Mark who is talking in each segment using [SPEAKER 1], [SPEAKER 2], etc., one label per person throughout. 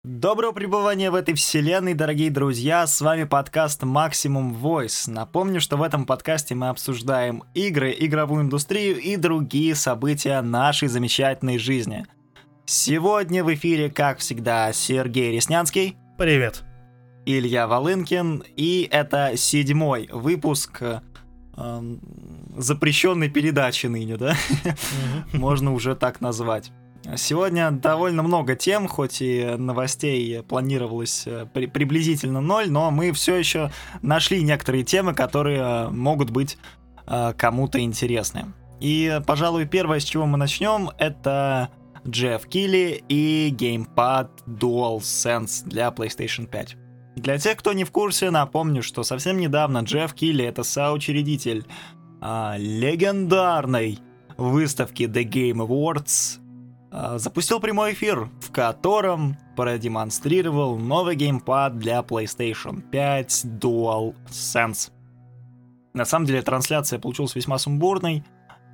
[SPEAKER 1] Доброго пребывания в этой вселенной, дорогие друзья, с вами подкаст Maximum Voice. Напомню, что в этом подкасте мы обсуждаем игры, игровую индустрию и другие события нашей замечательной жизни. Сегодня в эфире, как всегда, Сергей Реснянский.
[SPEAKER 2] Привет.
[SPEAKER 1] Илья Волынкин, и это 7-й выпуск запрещенной передачи ныне, да? Можно уже так назвать. Сегодня довольно много тем, хоть и новостей планировалось приблизительно 0, но мы все еще нашли некоторые темы, которые могут быть кому-то интересны. И, пожалуй, первое, с чего мы начнем, это Джефф Килли и геймпад DualSense для PlayStation 5. Для тех, кто не в курсе, напомню, что совсем недавно Джефф Килли, это соучредитель легендарной выставки The Game Awards, запустил прямой эфир, в котором продемонстрировал новый геймпад для PlayStation 5 DualSense. На самом деле трансляция получилась весьма сумбурной.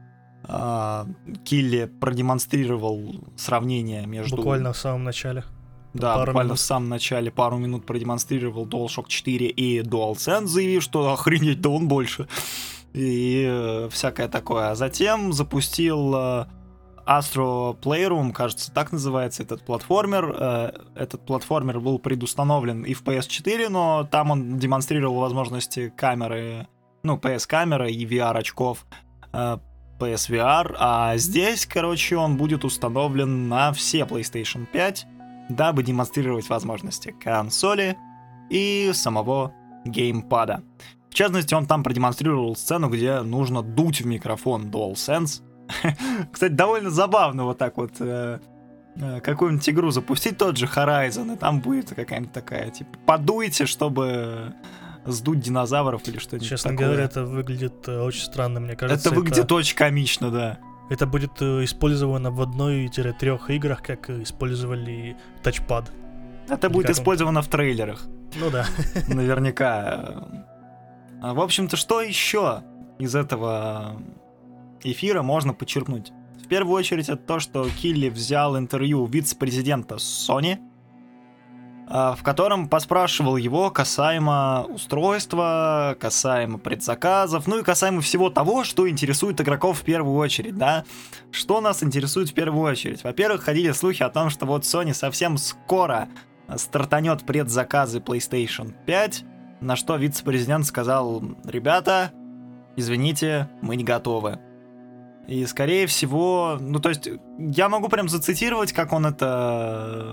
[SPEAKER 1] Килли продемонстрировал сравнение между...
[SPEAKER 2] Буквально в самом начале.
[SPEAKER 1] Да, буквально в самом начале пару минут продемонстрировал DualShock 4 и DualSense, заявив, что охренеть, да он больше. И всякое такое. А затем запустил... Astro Playroom, кажется, так называется этот платформер. Этот платформер был предустановлен и в PS4, но там он демонстрировал возможности камеры, PS-камеры и VR-очков PSVR, а здесь, короче, он будет установлен на все PlayStation 5, дабы демонстрировать возможности консоли и самого геймпада. В частности, он там продемонстрировал сцену, где нужно дуть в микрофон DualSense. Кстати, довольно забавно вот так вот какую-нибудь игру запустить, тот же Horizon, и там будет какая-нибудь такая, типа, подуйте, чтобы сдуть динозавров или что-нибудь
[SPEAKER 2] Честно
[SPEAKER 1] такое.
[SPEAKER 2] говоря, это выглядит очень странно, мне кажется.
[SPEAKER 1] Это выглядит очень комично, да.
[SPEAKER 2] Это будет использовано в 1-3 играх, как использовали тачпад.
[SPEAKER 1] Это будет использовано в трейлерах.
[SPEAKER 2] Ну да.
[SPEAKER 1] Наверняка. В общем-то, что еще из этого эфира можно подчеркнуть? В первую очередь это то, что Килли взял интервью вице-президента Sony, в котором поспрашивал его касаемо устройства, касаемо предзаказов, ну и касаемо всего того, что интересует игроков в первую очередь, да? Что нас интересует в первую очередь? Во-первых, ходили слухи о том, что вот Sony совсем скоро стартанет предзаказы PlayStation 5, на что вице-президент сказал: ребята, извините, мы не готовы. И, скорее всего, то есть, я могу прям зацитировать, как он это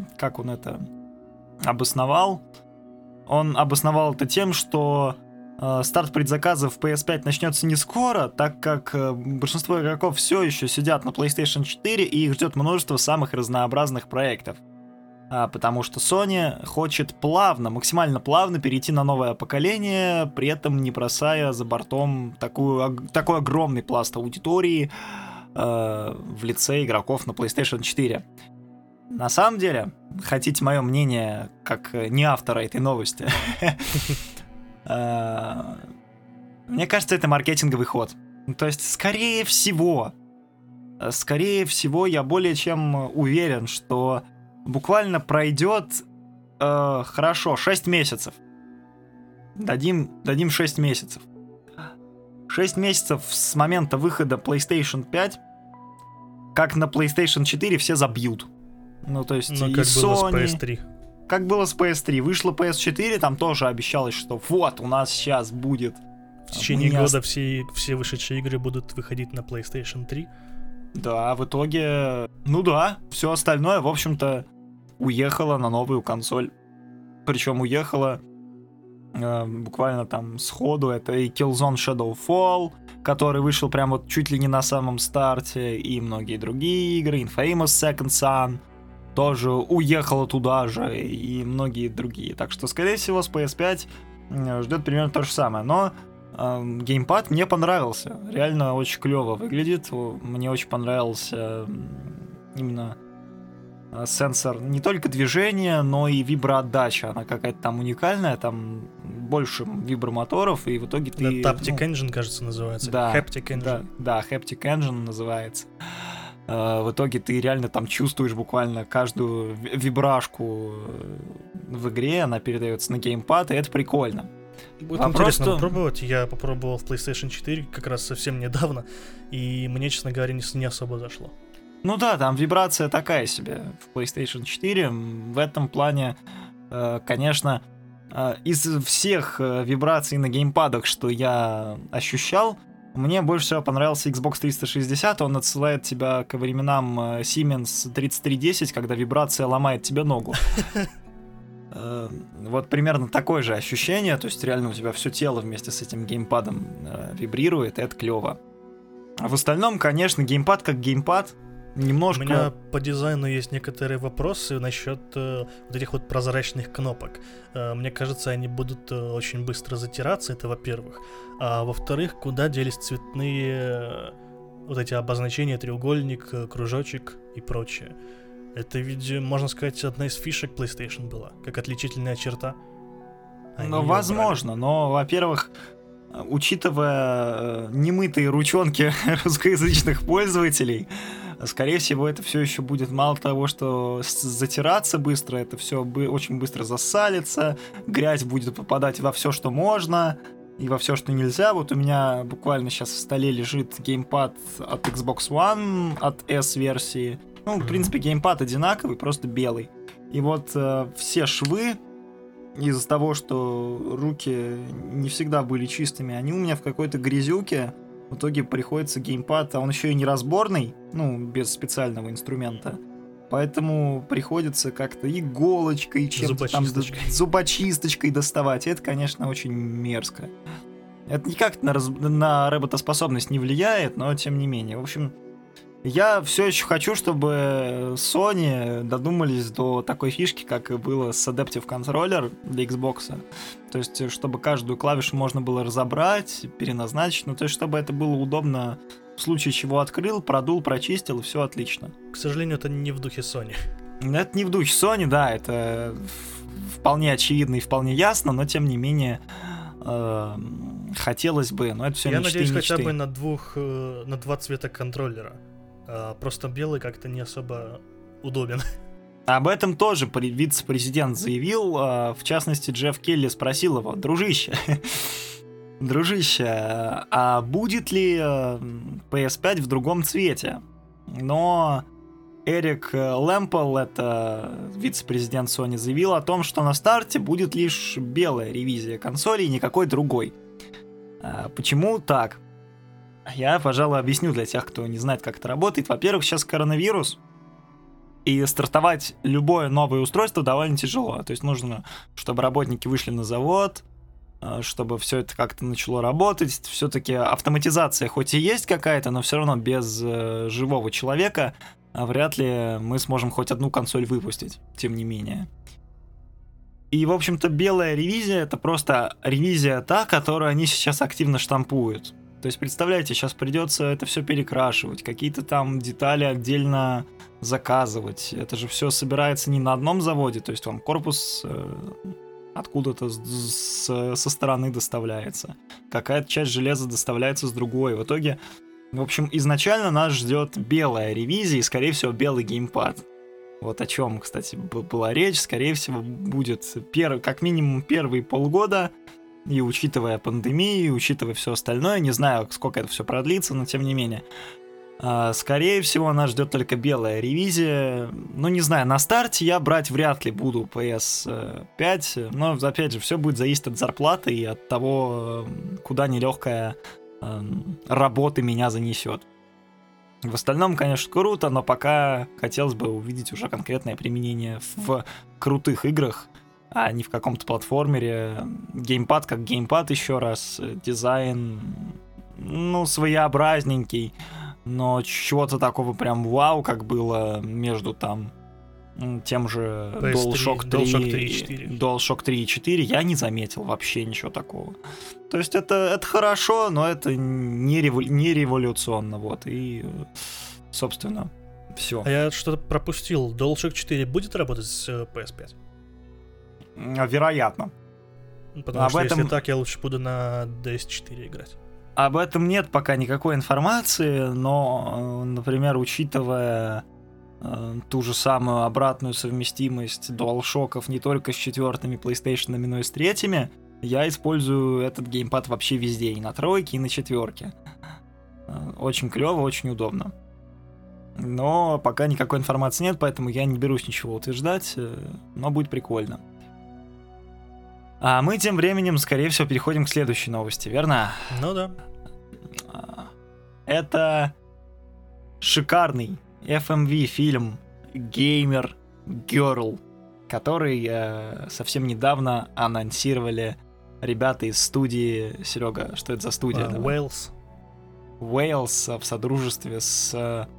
[SPEAKER 1] обосновал. Он обосновал это тем, что старт предзаказов в PS5 начнется не скоро, так как большинство игроков все еще сидят на PlayStation 4 и их ждет множество самых разнообразных проектов. Потому что Sony хочет максимально плавно перейти на новое поколение, при этом не бросая за бортом такой огромный пласт аудитории в лице игроков на PlayStation 4. На самом деле, хотите мое мнение, как не автора этой новости, мне кажется, это маркетинговый ход. То есть, скорее всего, я более чем уверен, что буквально пройдет, 6 месяцев. Дадим 6 месяцев. 6 месяцев с момента выхода PlayStation 5, как на PlayStation 4 все забьют. То есть и
[SPEAKER 2] как
[SPEAKER 1] Sony...
[SPEAKER 2] было с PS3.
[SPEAKER 1] Как было с PS3. Вышла PS4, там тоже обещалось, что вот, у нас сейчас будет...
[SPEAKER 2] В течение года все вышедшие игры будут выходить на PlayStation 3.
[SPEAKER 1] Да, в итоге, все остальное, в общем-то, уехало на новую консоль. Причем уехало буквально там сходу. Это и Killzone Shadowfall, который вышел прям вот чуть ли не на самом старте, и многие другие игры. Infamous Second Son тоже уехала туда же, и многие другие. Так что, скорее всего, с PS5 ждет примерно то же самое. Но геймпад мне понравился. Реально очень клево выглядит. Мне очень понравился именно сенсор не только движения, но и виброотдача. Она какая-то там уникальная, там больше вибромоторов, и в итоге ты...
[SPEAKER 2] Taptic Engine, кажется, называется.
[SPEAKER 1] Да,
[SPEAKER 2] Haptic Engine.
[SPEAKER 1] Да, Haptic Engine называется. В итоге ты реально там чувствуешь буквально каждую вибрашку в игре, она передается на геймпад, и это прикольно.
[SPEAKER 2] Будет интересно попробовать. Я попробовал в PlayStation 4 как раз совсем недавно, и мне, честно говоря, не особо зашло.
[SPEAKER 1] Ну да, там вибрация такая себе в PlayStation 4. В этом плане, конечно, из всех вибраций на геймпадах, что я ощущал, мне больше всего понравился Xbox 360. Он отсылает тебя к временам Siemens 3310, когда вибрация ломает тебе ногу. Вот примерно такое же ощущение, то есть реально у тебя все тело вместе с этим геймпадом вибрирует, и это клево. А в остальном, конечно, геймпад как геймпад. Немножко...
[SPEAKER 2] У меня по дизайну есть некоторые вопросы насчет вот этих вот прозрачных кнопок. Мне кажется, они будут очень быстро затираться, это во-первых. А во-вторых, куда делись цветные вот эти обозначения, треугольник, кружочек и прочее. Это ведь, можно сказать, одна из фишек PlayStation была, как отличительная черта.
[SPEAKER 1] Ну, возможно, но, во-первых, учитывая немытые ручонки русскоязычных пользователей, скорее всего, это все еще будет мало того, что затираться быстро, это все очень быстро засалится, грязь будет попадать во все, что можно, и во все, что нельзя. Вот у меня буквально сейчас в столе лежит геймпад от Xbox One, от S-версии. Ну, в принципе, геймпад одинаковый, просто белый. И вот все швы, из-за того, что руки не всегда были чистыми, они у меня в какой-то грязюке. В итоге приходится геймпад, а он еще и неразборный, ну, без специального инструмента. Поэтому приходится как-то иголочкой, чем-то там зубочисточкой доставать. И это, конечно, очень мерзко. Это никак на работоспособность не влияет, но тем не менее. В общем, я все еще хочу, чтобы Sony додумались до такой фишки, как и было с Adaptive Controller для Xbox. То есть, чтобы каждую клавишу можно было разобрать, переназначить. Ну, то есть, чтобы это было удобно, в случае чего открыл, продул, прочистил, и все отлично.
[SPEAKER 2] К сожалению, это не в духе Sony.
[SPEAKER 1] Это не в духе Sony, да, это вполне очевидно и вполне ясно, но тем не менее... хотелось бы, но это все мечты.
[SPEAKER 2] Я надеюсь, хотя бы на два цвета контроллера. Просто белый как-то не особо удобен.
[SPEAKER 1] Об этом тоже вице-президент заявил. В частности, Джефф Келли спросил его: дружище, а будет ли PS5 в другом цвете? Но Эрик Лэмпел, это вице-президент Sony, заявил о том, что на старте будет лишь белая ревизия консоли и никакой другой. Почему так? Я, пожалуй, объясню для тех, кто не знает, как это работает. Во-первых, сейчас коронавирус, и стартовать любое новое устройство довольно тяжело. То есть нужно, чтобы работники вышли на завод, чтобы все это как-то начало работать. Все-таки автоматизация хоть и есть какая-то, но все равно без живого человека вряд ли мы сможем хоть одну консоль выпустить, тем не менее. И, в общем-то, белая ревизия — это просто ревизия та, которую они сейчас активно штампуют. То есть, представляете, сейчас придется это все перекрашивать, какие-то там детали отдельно заказывать. Это же все собирается не на одном заводе, то есть вам корпус откуда-то со стороны доставляется. Какая-то часть железа доставляется с другой. В итоге, в общем, изначально нас ждет белая ревизия и, скорее всего, белый геймпад. Вот о чем, кстати, была речь. Скорее всего, будет как минимум первые полгода. И учитывая пандемию, и учитывая все остальное, не знаю, сколько это все продлится, но тем не менее. Скорее всего, нас ждет только белая ревизия. Ну, не знаю, на старте я брать вряд ли буду PS5. Но, опять же, все будет зависеть от зарплаты и от того, куда нелегкая работа меня занесет. В остальном, конечно, круто, но пока хотелось бы увидеть уже конкретное применение в крутых играх, а не в каком-то платформере. Геймпад как геймпад, еще раз. Дизайн, ну, своеобразненький, но чего-то такого прям вау, как было между там тем же DualShock 3 и 4, я не заметил вообще ничего такого. То есть это хорошо, но это не революционно, вот, и, собственно, все.
[SPEAKER 2] А я что-то пропустил. DualShock 4 будет работать с PS5?
[SPEAKER 1] Вероятно.
[SPEAKER 2] Потому что если так, я лучше буду на DS4 играть.
[SPEAKER 1] об этом нет пока никакой информации, но, например, учитывая ту же самую обратную совместимость DualShock'ов не только с 4-ми PlayStation, но и с 3-ми, я использую этот геймпад вообще везде, и на 3-ке, и на 4-ке. Очень клево, очень удобно. Но пока никакой информации нет, поэтому я не берусь ничего утверждать, но будет прикольно. А мы тем временем, скорее всего, переходим к следующей новости, верно?
[SPEAKER 2] Ну да.
[SPEAKER 1] Это шикарный FMV фильм Gamer Girl, который совсем недавно анонсировали ребята из студии... Серега, что это за студия?
[SPEAKER 2] Wales.
[SPEAKER 1] Wales в содружестве с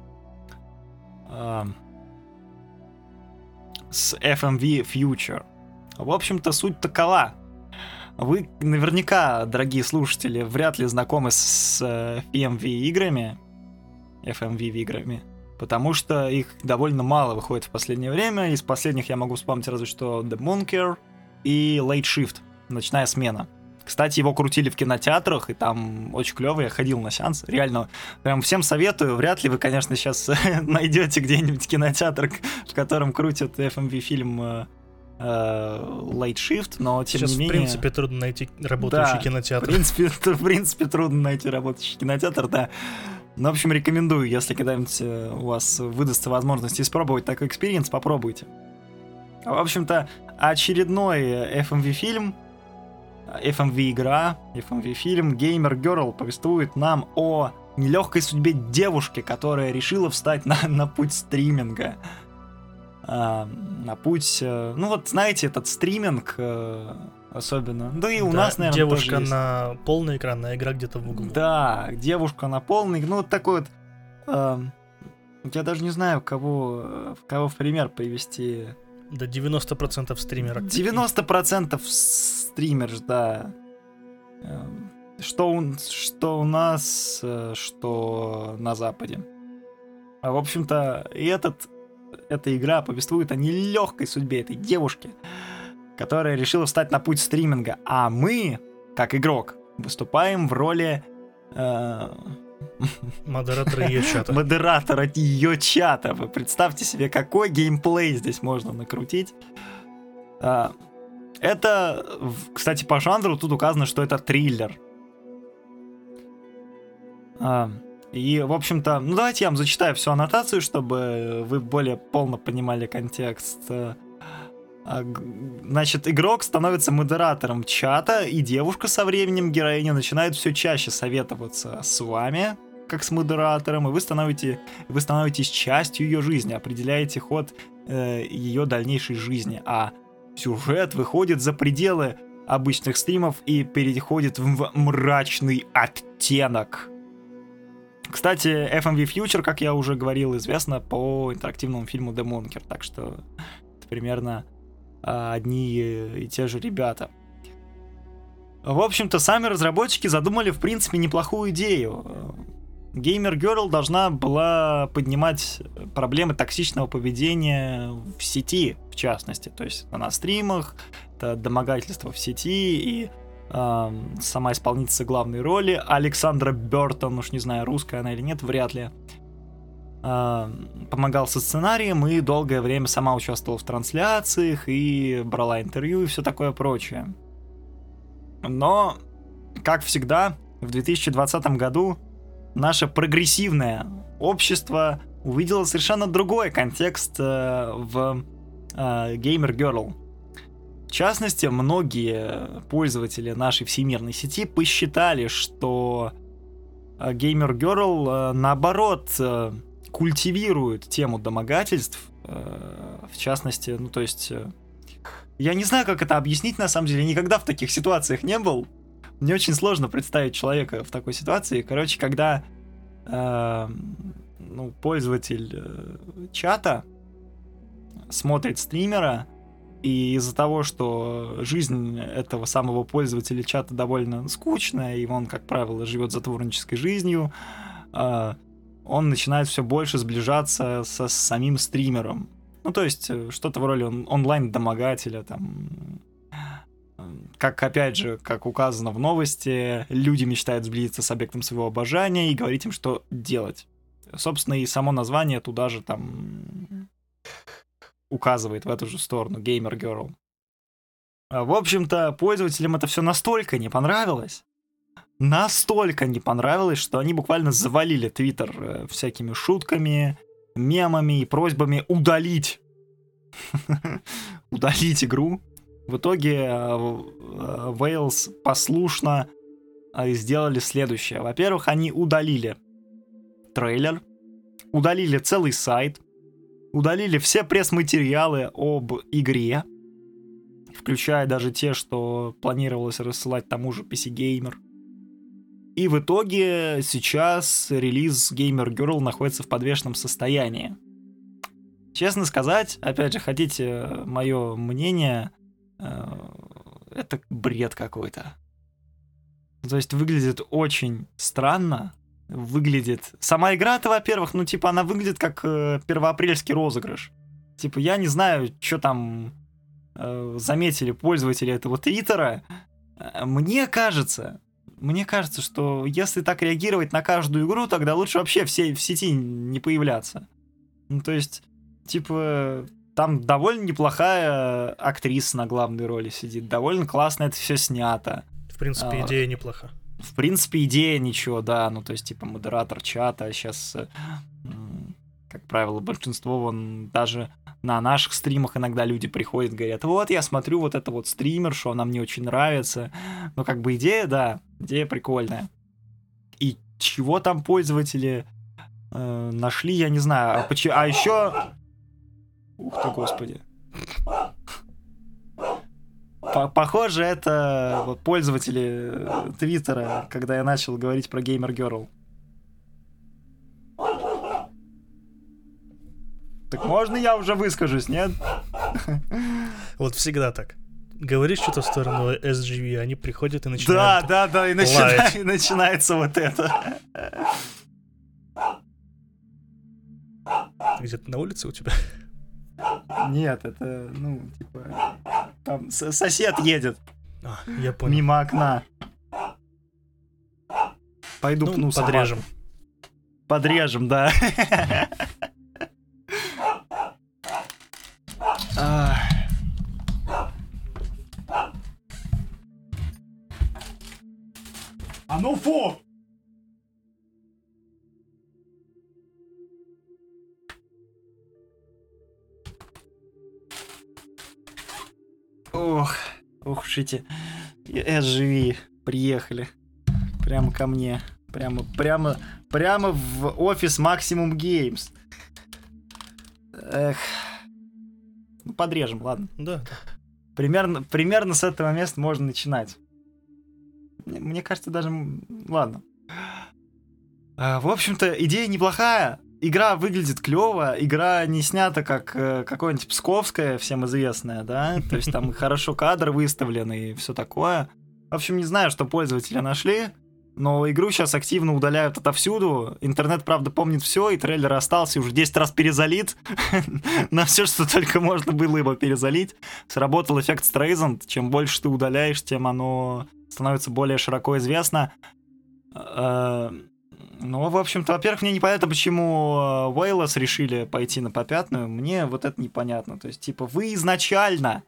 [SPEAKER 1] FMV Future. В общем-то, суть такова. Вы наверняка, дорогие слушатели, вряд ли знакомы с FMV-играми, потому что их довольно мало выходит в последнее время. Из последних я могу вспомнить разве что The Moonker и Late Shift, ночная смена. Кстати, его крутили в кинотеатрах, и там очень клево, я ходил на сеанс. Реально, прям всем советую. Вряд ли вы, конечно, сейчас найдете где-нибудь кинотеатр, в котором крутят FMV-фильм Late Shift, но тем
[SPEAKER 2] сейчас,
[SPEAKER 1] не менее...
[SPEAKER 2] в принципе, трудно найти работающий кинотеатр.
[SPEAKER 1] В принципе, трудно найти работающий кинотеатр, да. Ну, в общем, рекомендую, если когда-нибудь у вас выдастся возможность испробовать такой экспириенс, попробуйте. В общем-то, очередной FMV-фильм, FMV-игра, FMV-фильм Gamer Girl повествует нам о нелегкой судьбе девушки, которая решила встать на путь стриминга. На путь... Ну вот, знаете, этот стриминг особенно... Да и у нас, наверное,
[SPEAKER 2] девушка
[SPEAKER 1] тоже
[SPEAKER 2] на полный экран, а игра где-то в углу.
[SPEAKER 1] Да, девушка на полный... Ну вот такой вот... Я даже не знаю, кого в пример привести...
[SPEAKER 2] Да 90% стримеров.
[SPEAKER 1] 90% стримеров, да. Что у нас, что на Западе. В общем-то, эта игра повествует о нелегкой судьбе этой девушки, которая решила встать на путь стриминга. А мы, как игрок, выступаем в роли...
[SPEAKER 2] Модератора ее чата.
[SPEAKER 1] Модератора ее чата. Вы представьте себе, какой геймплей здесь можно накрутить. Это, кстати, по жанру тут указано, что это триллер. И, в общем-то, ну давайте я вам зачитаю всю аннотацию, чтобы вы более полно понимали контекст. Значит, игрок становится модератором чата, и девушка со временем героиня начинает все чаще советоваться с вами, как с модератором, и вы становитесь частью ее жизни, определяете ход ее дальнейшей жизни, а сюжет выходит за пределы обычных стримов и переходит в мрачный оттенок. Кстати, FMV Future, как я уже говорил, известно по интерактивному фильму The Moonker, так что это примерно одни и те же ребята. В общем-то, сами разработчики задумали, в принципе, неплохую идею. Gamer Girl должна была поднимать проблемы токсичного поведения в сети, в частности. То есть на стримах, это домогательство в сети, и сама исполнительница главной роли Александра Бёртон, уж не знаю, русская она или нет, вряд ли, помогал со сценарием и долгое время сама участвовала в трансляциях и брала интервью и все такое прочее. Но, как всегда, в 2020 году наше прогрессивное общество увидело совершенно другой контекст в Gamer Girl. В частности, многие пользователи нашей всемирной сети посчитали, что Gamer Girl, наоборот, культивирует тему домогательств, в частности, ну то есть, я не знаю, как это объяснить, на самом деле, я никогда в таких ситуациях не был. Мне очень сложно представить человека в такой ситуации. Короче, когда пользователь чата смотрит стримера, и из-за того, что жизнь этого самого пользователя чата довольно скучная, и он, как правило, живет затворнической жизнью, он начинает все больше сближаться со самим стримером. Ну, то есть, что-то в роли онлайн-домогателя, там, как, опять же, как указано в новости, люди мечтают сблизиться с объектом своего обожания и говорить им, что делать. Собственно, и само название туда же там указывает в эту же сторону, Gamer Girl. В общем-то, пользователям это все настолько не понравилось, что они буквально завалили Твиттер всякими шутками, мемами и просьбами удалить игру. В итоге Wales послушно сделали следующее. Во-первых, они удалили трейлер, удалили целый сайт, удалили все пресс-материалы об игре, включая даже те, что планировалось рассылать тому же PC Gamer. И в итоге сейчас релиз Gamer Girl находится в подвешенном состоянии. Честно сказать, опять же, хотите мое мнение, это бред какой-то. То есть выглядит очень странно. Сама игра-то, во-первых, она выглядит как первоапрельский розыгрыш. Я не знаю, что там заметили пользователи этого Твиттера. Мне кажется, что если так реагировать на каждую игру, тогда лучше вообще в сети не появляться. То есть, там довольно неплохая актриса на главной роли сидит, довольно классно это все снято.
[SPEAKER 2] В принципе, идея неплоха.
[SPEAKER 1] В принципе, идея ничего, да, модератор чата, сейчас, как правило, большинство, даже на наших стримах иногда люди приходят, говорят, вот, я смотрю вот это вот стримершу, она мне очень нравится. Идея, да, идея прикольная. И чего там пользователи нашли, я не знаю. А еще... Ух ты, господи. Похоже, это пользователи Твиттера, когда я начал говорить про Gamer Girl. Так можно я уже выскажусь, нет?
[SPEAKER 2] Вот всегда так. Говоришь что-то в сторону SGV, они приходят и начинают...
[SPEAKER 1] Да, и начинается вот это.
[SPEAKER 2] Ты где-то на улице у тебя?
[SPEAKER 1] Нет, это, там сосед едет.
[SPEAKER 2] Я понял.
[SPEAKER 1] Мимо окна. Пойду пну собаку.
[SPEAKER 2] Подрежем.
[SPEAKER 1] Подрежем, да. А ну фу! Ох, шите. SGV приехали. Прямо ко мне. Прямо в офис Maximum Games. Эх. Подрежем, ладно.
[SPEAKER 2] Да.
[SPEAKER 1] Примерно с этого места можно начинать. Мне кажется, даже... Ладно. В общем-то, идея неплохая. Игра выглядит клево. Игра не снята как какое-нибудь Псковское, всем известное, да? То есть там хорошо кадры выставлены и все такое. В общем, не знаю, что пользователи нашли, но игру сейчас активно удаляют отовсюду. Интернет, правда, помнит все, и трейлер остался уже 10 раз перезалит. На все, что только можно было его перезалить. Сработал эффект Streisand. Чем больше ты удаляешь, тем оно становится более широко известно. В общем-то, во-первых, мне непонятно, почему Wales решили пойти на попятную. Мне вот это непонятно. То есть, вы изначально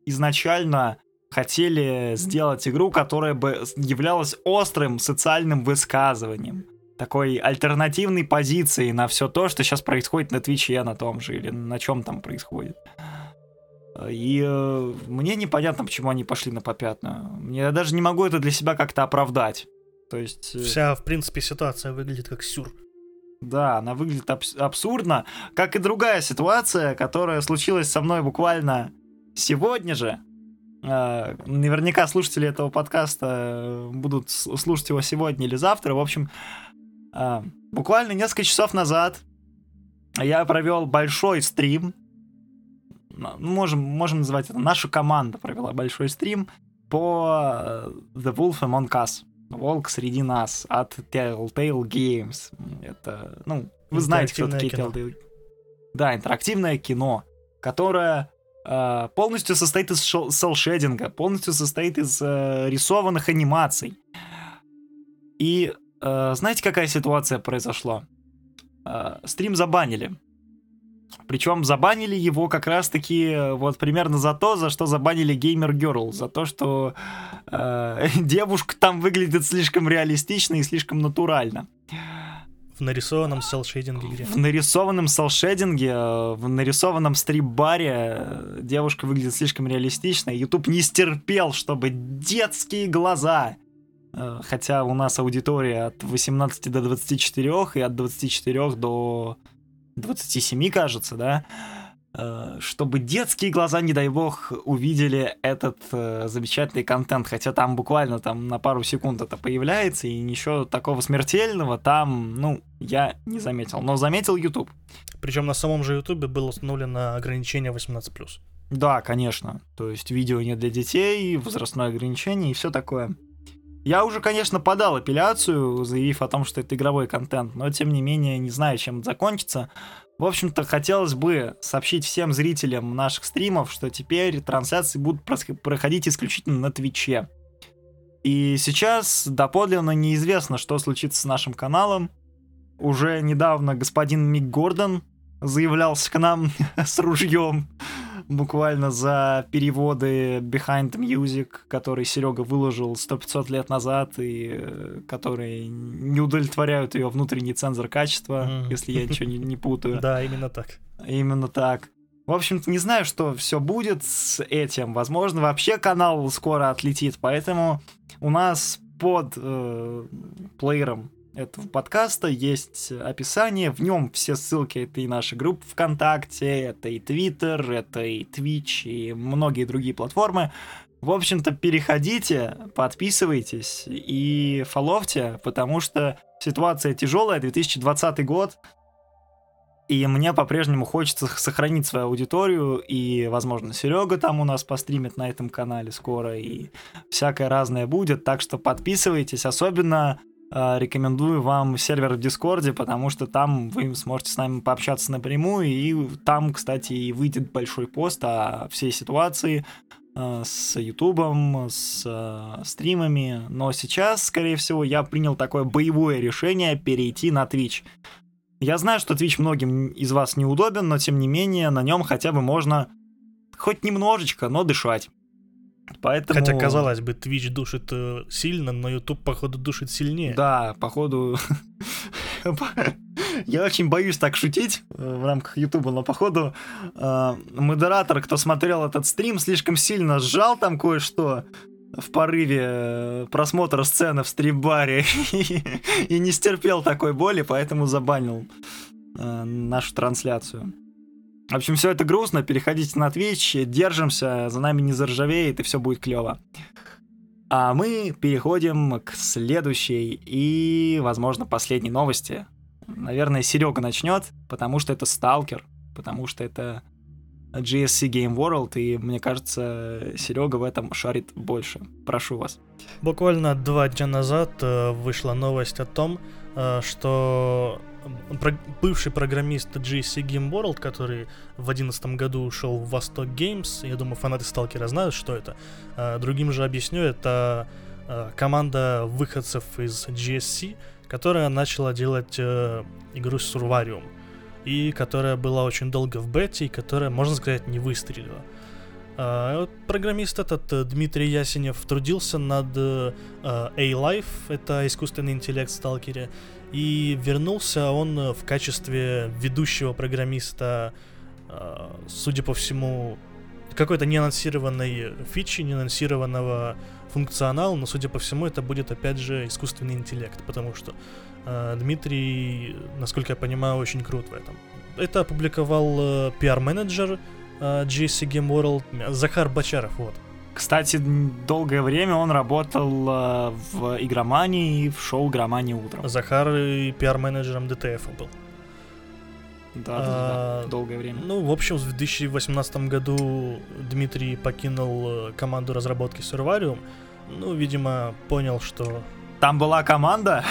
[SPEAKER 1] хотели сделать игру, которая бы являлась острым социальным высказыванием. Такой альтернативной позицией на все то, что сейчас происходит на Твиче, на том же, или на чем там происходит. И мне непонятно, почему они пошли на попятную. Я даже не могу это для себя как-то оправдать. То есть...
[SPEAKER 2] Вся, в принципе, ситуация выглядит как сюр.
[SPEAKER 1] Да, она выглядит абсурдно, как и другая ситуация, которая случилась со мной буквально сегодня же. Наверняка слушатели этого подкаста будут слушать его сегодня или завтра. В общем, буквально несколько часов назад я провел большой стрим. Можем называть это. Наша команда провела большой стрим по The Wolf Among Us. Волк среди нас от Telltale Games. Это, вы знаете, кто такие Telltale. Да, интерактивное кино, которое полностью состоит из селшейдинга, полностью состоит из рисованных анимаций. И знаете, какая ситуация произошла? Стрим забанили. Причем забанили его как раз-таки вот примерно за что забанили Gamer Girl. За то, что девушка там выглядит слишком реалистично и слишком натурально.
[SPEAKER 2] В нарисованном селшейдинге где?
[SPEAKER 1] В нарисованном селшейдинге, в нарисованном стрип-баре девушка выглядит слишком реалистично. YouTube не стерпел, чтобы детские глаза... Хотя у нас аудитория от 18 до 24 и от 24 до 27, кажется, да? Чтобы детские глаза, не дай бог, увидели этот замечательный контент. Хотя там буквально на пару секунд это появляется, и ничего такого смертельного там, я не заметил. Но заметил YouTube.
[SPEAKER 2] Причем на самом же YouTube было установлено ограничение 18+.
[SPEAKER 1] Да, конечно. То есть видео не для детей, возрастное ограничение и все такое. Я уже, конечно, подал апелляцию, заявив о том, что это игровой контент, но, тем не менее, не знаю, чем это закончится. В общем-то, хотелось бы сообщить всем зрителям наших стримов, что теперь трансляции будут проходить исключительно на Твиче. И сейчас доподлинно неизвестно, что случится с нашим каналом. Уже недавно господин Мик Гордон заявлялся к нам с ружьем, буквально за переводы Behind the Music, который Серега выложил 100-500 лет назад, и которые не удовлетворяют ее внутренний цензор качества, если я ничего не путаю.
[SPEAKER 2] Да, именно так.
[SPEAKER 1] Именно так. В общем-то, не знаю, что все будет с этим. Возможно, вообще канал скоро отлетит, поэтому у нас под плеером этого подкаста есть описание, в нем все ссылки, это и наша группа ВКонтакте, это и Твиттер, это и Twitch, и многие другие платформы. В общем-то, переходите, подписывайтесь и фоловьте, потому что ситуация тяжелая, 2020 год, и мне по-прежнему хочется сохранить свою аудиторию, и, возможно, Серега там у нас постримит на этом канале скоро, и всякое разное будет, так что подписывайтесь, особенно... Рекомендую вам сервер в Дискорде, потому что там вы сможете с нами пообщаться напрямую, и там, кстати, и выйдет большой пост о всей ситуации с Ютубом, с стримами. Но сейчас, скорее всего, я принял такое боевое решение перейти на Twitch. Я знаю, что Twitch многим из вас неудобен, но тем не менее на нем хотя бы можно хоть немножечко, но дышать. Поэтому...
[SPEAKER 2] Хотя, казалось бы, Twitch душит сильно, но YouTube, походу, душит сильнее.
[SPEAKER 1] Да, походу... Я очень боюсь так шутить в рамках YouTube, но, походу, модератор, кто смотрел этот стрим, слишком сильно сжал там кое-что в порыве просмотра сцены в стрип-баре и не стерпел такой боли, поэтому забанил нашу трансляцию. В общем, все это грустно, переходите на Twitch, держимся, за нами не заржавеет, и все будет клево. А мы переходим к следующей и, возможно, последней новости. Наверное, Серега начнет, потому что это Сталкер, потому что это GSC Game World, и, мне кажется, Серега в этом шарит больше. Прошу вас.
[SPEAKER 2] Буквально 2 дня назад вышла новость о том, что бывший программист GSC Game World, который в 2011 году ушел в Восток Games, я думаю, фанаты Сталкера знают, что это. Другим же объясню, это команда выходцев из GSC, которая начала делать игру Survarium, и которая была очень долго в бете, и которая, можно сказать, не выстрелила. Программист этот, Дмитрий Ясенев, трудился над A-Life, это искусственный интеллект в Сталкере, и вернулся он в качестве ведущего программиста, судя по всему, какой-то неанонсированной фичи, неанонсированного функционала, но, судя по всему, это будет, опять же, искусственный интеллект, потому что Дмитрий, насколько я понимаю, очень крут в этом. Это опубликовал пиар-менеджер GSC Game World Захар Бочаров, вот.
[SPEAKER 1] Кстати, долгое время он работал в Игромании и в шоу «Игромания утром».
[SPEAKER 2] Захар и пиар-менеджером DTF был.
[SPEAKER 1] Да, долгое время.
[SPEAKER 2] Ну, в общем, в 2018 году Дмитрий покинул команду разработки Survarium. Ну, видимо, понял, что...
[SPEAKER 1] Там была команда?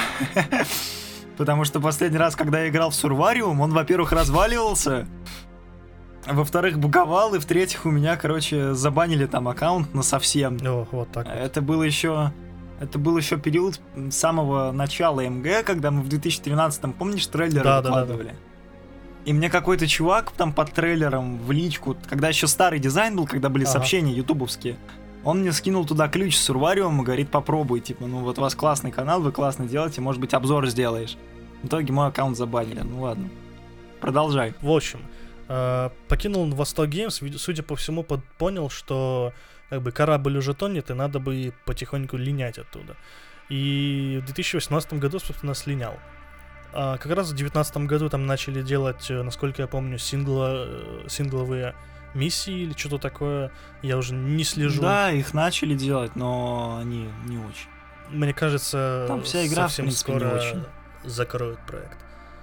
[SPEAKER 1] Потому что последний раз, когда я играл в Survarium, он, во-первых, разваливался, Во-вторых, буговал, и в-третьих, у меня, короче, забанили там аккаунт насовсем.
[SPEAKER 2] О, вот так вот.
[SPEAKER 1] Это был еще период самого начала МГ, когда мы в 2013-м, помнишь, трейлеры выкладывали? Да. И мне какой-то чувак там под трейлером в личку, когда еще старый дизайн был, когда были сообщения ютубовские, он мне скинул туда ключ с Сурвариум и говорит, попробуй, типа, ну вот у вас классный канал, вы классно делаете, может быть, обзор сделаешь. В итоге мой аккаунт забанили, ну ладно. Продолжай.
[SPEAKER 2] В общем, покинул Восток Геймс, судя по всему, понял, что как бы корабль уже тонет, и надо бы потихоньку линять оттуда. И в 2018 году, собственно, слинял. Как раз в 2019 году там начали делать, насколько я помню, сингловые миссии или что-то такое. Я уже не слежу.
[SPEAKER 1] Да, их начали делать, но они не очень.
[SPEAKER 2] Мне кажется,
[SPEAKER 1] там вся игра,
[SPEAKER 2] совсем
[SPEAKER 1] в принципе,
[SPEAKER 2] скоро
[SPEAKER 1] не очень.
[SPEAKER 2] Закроют проект.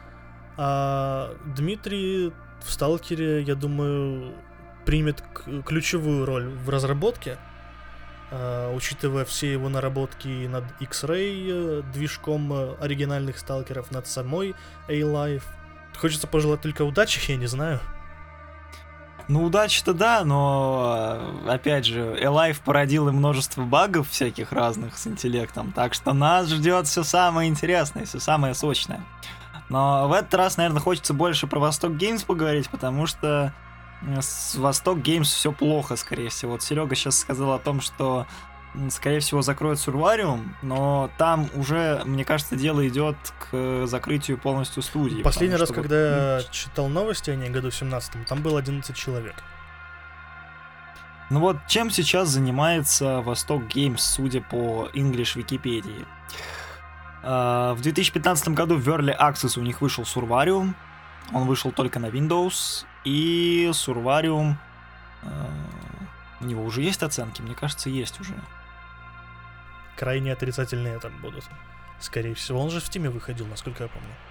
[SPEAKER 2] А Дмитрий в Сталкере, я думаю, примет ключевую роль в разработке, учитывая все его наработки над X-Ray, движком оригинальных Сталкеров, над самой A-Life. Хочется пожелать только удачи, я не знаю.
[SPEAKER 1] Ну, удачи-то да, но, опять же, A-Life породил и множество багов всяких разных с интеллектом, так что нас ждет все самое интересное, все самое сочное. Но в этот раз, наверное, хочется больше про Восток Геймс поговорить, потому что с Восток Геймс все плохо, скорее всего. Вот Серега сейчас сказал о том, что, скорее всего, закроют Сурвариум, но там уже, мне кажется, дело идет к закрытию полностью студии.
[SPEAKER 2] Последний раз, когда я читал новости о ней году 17-м, там было 11 человек.
[SPEAKER 1] Ну вот, чем сейчас занимается Восток Геймс, судя по English Википедии? В 2015 году в Early Access у них вышел Сурвариум. Он вышел только на Windows. И Сурвариум... у него уже есть оценки? Мне кажется, есть уже.
[SPEAKER 2] Крайне отрицательные там будут. Скорее всего. Он же в Steam выходил, насколько я помню.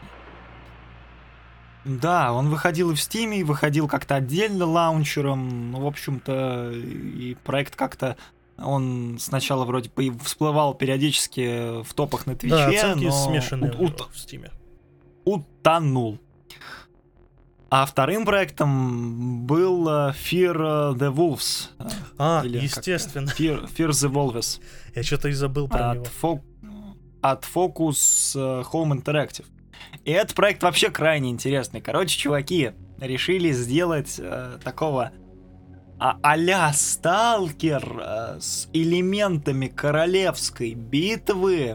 [SPEAKER 1] Да, он выходил и в Steam, и выходил как-то отдельно лаунчером. Ну, в общем-то, и проект как-то... Он сначала вроде всплывал периодически в топах на Твиче,
[SPEAKER 2] да, оценки
[SPEAKER 1] но
[SPEAKER 2] смешанные в Стиме.
[SPEAKER 1] Утонул. А вторым проектом был Fear the Wolves.
[SPEAKER 2] Естественно.
[SPEAKER 1] Fear the Wolves.
[SPEAKER 2] Я что-то и забыл про него.
[SPEAKER 1] От Focus Home Interactive. И этот проект вообще крайне интересный. Короче, чуваки решили сделать такого... а-ля Сталкер с элементами королевской битвы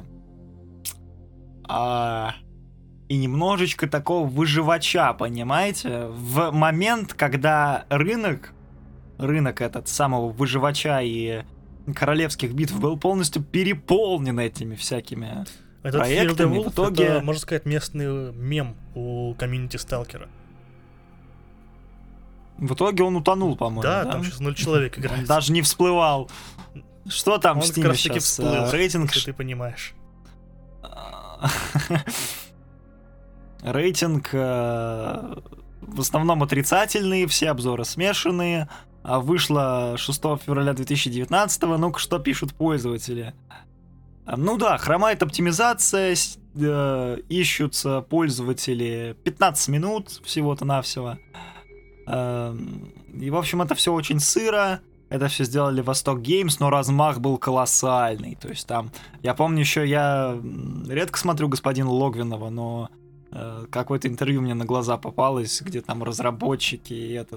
[SPEAKER 1] и немножечко такого выживача, понимаете? В момент, когда рынок этот самого выживача и королевских битв был полностью переполнен этими всякими проектами.
[SPEAKER 2] Wolf, в итоге... это, можно сказать, местный мем у комьюнити Сталкера.
[SPEAKER 1] В итоге он утонул, по-моему.
[SPEAKER 2] Да, там сейчас 0 человек играет.
[SPEAKER 1] Он даже не всплывал. Что там в Steam сейчас?
[SPEAKER 2] Всплыл,
[SPEAKER 1] рейтинг?
[SPEAKER 2] если ты понимаешь.
[SPEAKER 1] Рейтинг в основном отрицательный, все обзоры смешанные. Вышло 6 февраля 2019. Ну-ка, что пишут пользователи? Ну да, хромает оптимизация, ищутся пользователи 15 минут всего-то навсего. И, в общем, это все очень сыро. Это все сделали Восток Геймс, но размах был колоссальный. То есть там, я помню еще, я редко смотрю господина Логвинова, но какое-то интервью мне на глаза попалось, где там разработчики и этот...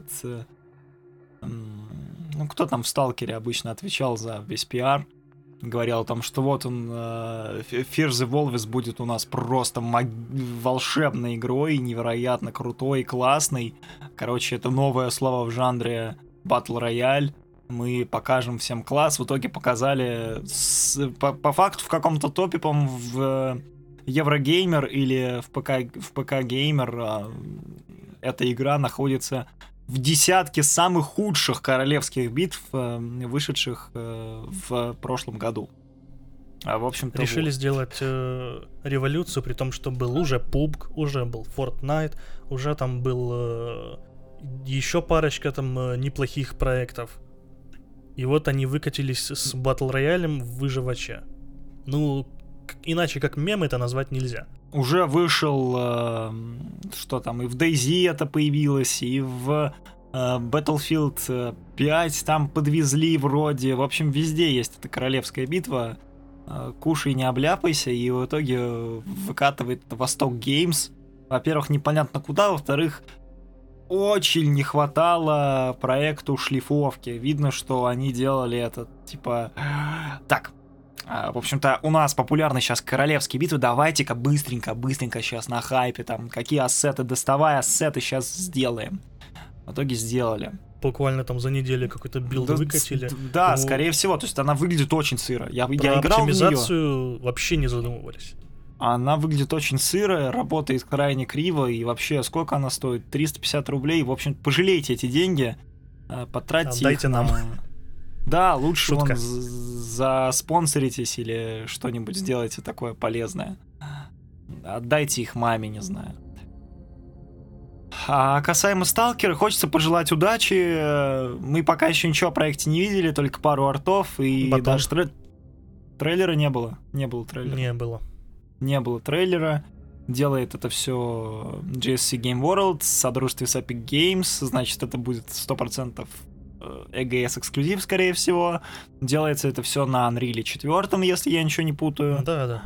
[SPEAKER 1] ну, кто там в Сталкере обычно отвечал за весь пиар, говорил о том, что вот он, Fear the Wolves будет у нас просто волшебной игрой, невероятно крутой, классной. Короче, это новое слово в жанре Battle Royale. Мы покажем всем класс. В итоге показали по факту в каком-то топе, по-моему, в Еврогеймер или в ПК Геймер эта игра находится в десятке самых худших королевских битв, вышедших в прошлом году. В общем-то,
[SPEAKER 2] решили сделать революцию, при том, что был уже PUBG, уже был Fortnite, уже там был еще парочка там неплохих проектов. И вот они выкатились с Battle Royale в выживача. Ну, иначе как мем это назвать нельзя.
[SPEAKER 1] Уже вышел, что там, и в DayZ это появилось, и в Battlefield 5 там подвезли вроде. В общем, везде есть эта королевская битва. Кушай, не обляпайся, и в итоге выкатывает Восток Геймс. Во-первых, непонятно куда, во-вторых, очень не хватало проекту шлифовки. Видно, что они делали это, типа... Так, в общем-то, у нас популярны сейчас королевские битвы. Давайте-ка быстренько сейчас на хайпе, там, какие ассеты, доставай ассеты, сейчас сделаем. В итоге сделали.
[SPEAKER 2] Буквально там за неделю какой-то билд выкатили.
[SPEAKER 1] Да, скорее всего, то есть она выглядит очень сыро. Я играл
[SPEAKER 2] оптимизацию в неё. Вообще не задумывались.
[SPEAKER 1] Она выглядит очень сырая, работает крайне криво, и вообще, сколько она стоит? 350 рублей. В общем, пожалейте эти деньги, потратьте
[SPEAKER 2] Отдайте
[SPEAKER 1] их
[SPEAKER 2] нам.
[SPEAKER 1] Да, лучше
[SPEAKER 2] Шутка.
[SPEAKER 1] вон заспонсоритесь или что-нибудь сделайте такое полезное. Отдайте их маме, не знаю. А касаемо Сталкера, хочется пожелать удачи. Мы пока еще ничего о проекте не видели, только пару артов, и
[SPEAKER 2] Батон.
[SPEAKER 1] даже трейлера не было. Не было трейлера. Не было трейлера. Делает это все GSC Game World в содружестве с Epic Games. Значит, это будет 100% EGS эксклюзив, скорее всего. Делается это все на Unreal 4, если я ничего не путаю.
[SPEAKER 2] Да.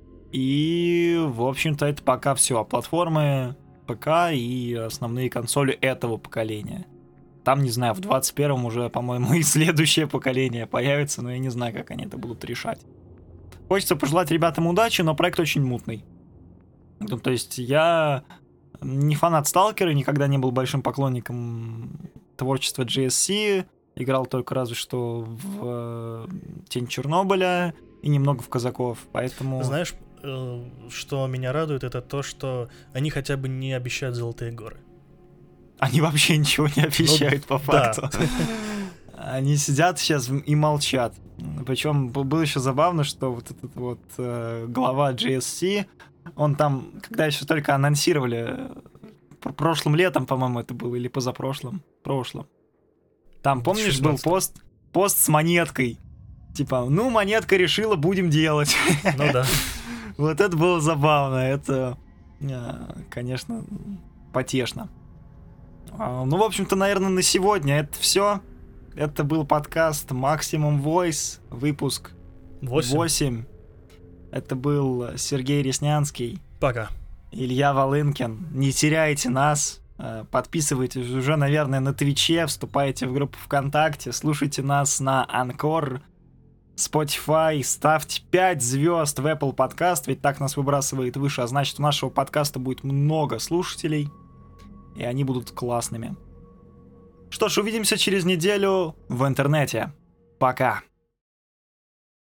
[SPEAKER 1] И, в общем-то, это пока все. Платформы ПК и основные консоли этого поколения. Там, не знаю, в 21-м уже, по-моему, и следующее поколение появится, но я не знаю, как они это будут решать. Хочется пожелать ребятам удачи, но проект очень мутный. Ну, то есть я не фанат Сталкера, никогда не был большим поклонником творчества GSC, играл только разве что в Тень Чернобыля и немного в Казаков, поэтому...
[SPEAKER 2] Знаешь, что меня радует, это то, что они хотя бы не обещают золотые горы.
[SPEAKER 1] Они вообще ничего не обещают, по факту.
[SPEAKER 2] Да.
[SPEAKER 1] Они сидят сейчас и молчат. Причем было еще забавно, что вот этот вот глава GSC, он там, когда еще только анонсировали, прошлым летом, по-моему, это было, или позапрошлым, прошлым. Там, помнишь, был пост с монеткой. Типа, ну, монетка решила, будем делать.
[SPEAKER 2] Ну да.
[SPEAKER 1] Вот это было забавно, это, конечно, потешно. Ну, в общем-то, наверное, на сегодня это все. Это был подкаст Maximum Voice, выпуск 8. Это был Сергей Реснянский.
[SPEAKER 2] Пока.
[SPEAKER 1] Илья Волынкин. Не теряйте нас. Подписывайтесь уже, наверное, на Твиче, вступайте в группу ВКонтакте, слушайте нас на Anchor, Spotify, ставьте 5 звезд в Apple Podcast, ведь так нас выбрасывает выше, а значит, у нашего подкаста будет много слушателей, и они будут классными. Что ж, увидимся через неделю в интернете. Пока.